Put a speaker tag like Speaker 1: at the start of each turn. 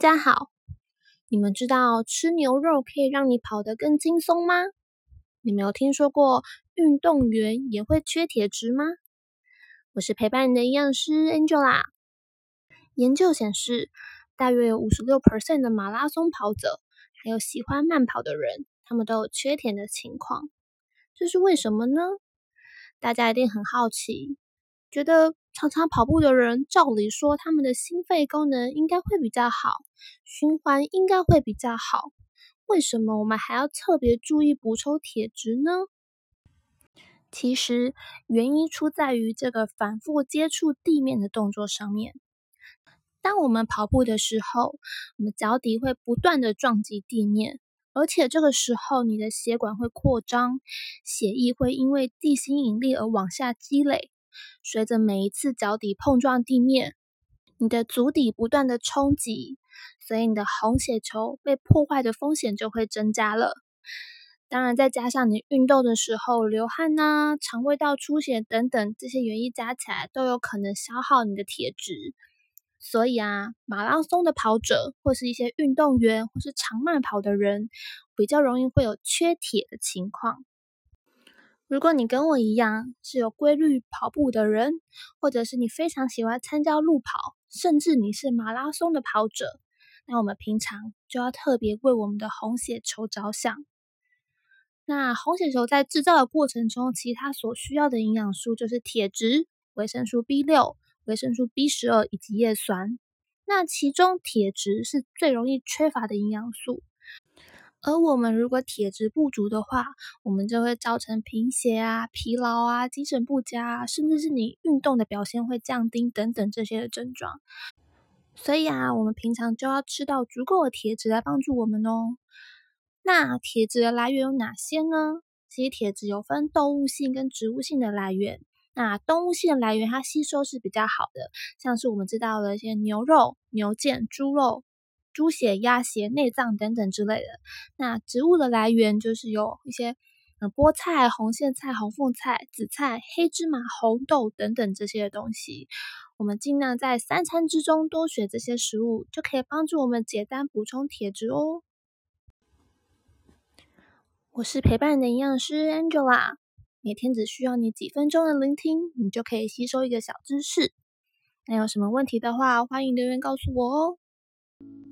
Speaker 1: 家好，你们知道吃牛肉可以让你跑得更轻松吗？你们有听说过运动员也会缺铁质吗？我是陪伴你的营养师 Angela。研究显示，大约有56% 的马拉松跑者，还有喜欢慢跑的人，他们都有缺铁的情况。这是为什么呢？大家一定很好奇，觉得常常跑步的人，照理说他们的心肺功能应该会比较好，循环应该会比较好，为什么我们还要特别注意补充铁质呢？其实原因出在于这个反复接触地面的动作上面。当我们跑步的时候，我们脚底会不断的撞击地面，而且这个时候你的血管会扩张，血液会因为地心引力而往下积累。随着每一次脚底碰撞地面，你的足底不断的冲击，所以你的红血球被破坏的风险就会增加了。当然再加上你运动的时候流汗啊、肠胃道出血等等，这些原因加起来都有可能消耗你的铁质。所以马拉松的跑者或是一些运动员或是长慢跑的人，比较容易会有缺铁的情况。如果你跟我一样是有规律跑步的人，或者是你非常喜欢参加路跑，甚至你是马拉松的跑者，那我们平常就要特别为我们的红血球着想。那红血球在制造的过程中，其他所需要的营养素就是铁质、维生素 B6、维生素 B12 以及叶酸。那其中铁质是最容易缺乏的营养素。而我们如果铁质不足的话，我们就会造成贫血啊、疲劳啊、精神不佳啊，甚至是你运动的表现会降低等等这些的症状。所以我们平常就要吃到足够的铁质来帮助我们哦。那铁质的来源有哪些呢？其实铁质有分动物性跟植物性的来源。那动物性的来源它吸收是比较好的，像是我们知道的一些牛肉、牛腱、猪肉、猪血、鸭血、内脏等等之类的。那植物的来源就是有一些菠菜、红苋菜、红凤菜、紫菜、黑芝麻、红豆等等这些东西。我们尽量在3餐之中多选这些食物，就可以帮助我们简单补充铁质哦。我是陪伴你的营养师 Angela， 每天只需要你几分钟的聆听，你就可以吸收一个小知识。那有什么问题的话，欢迎留言告诉我哦。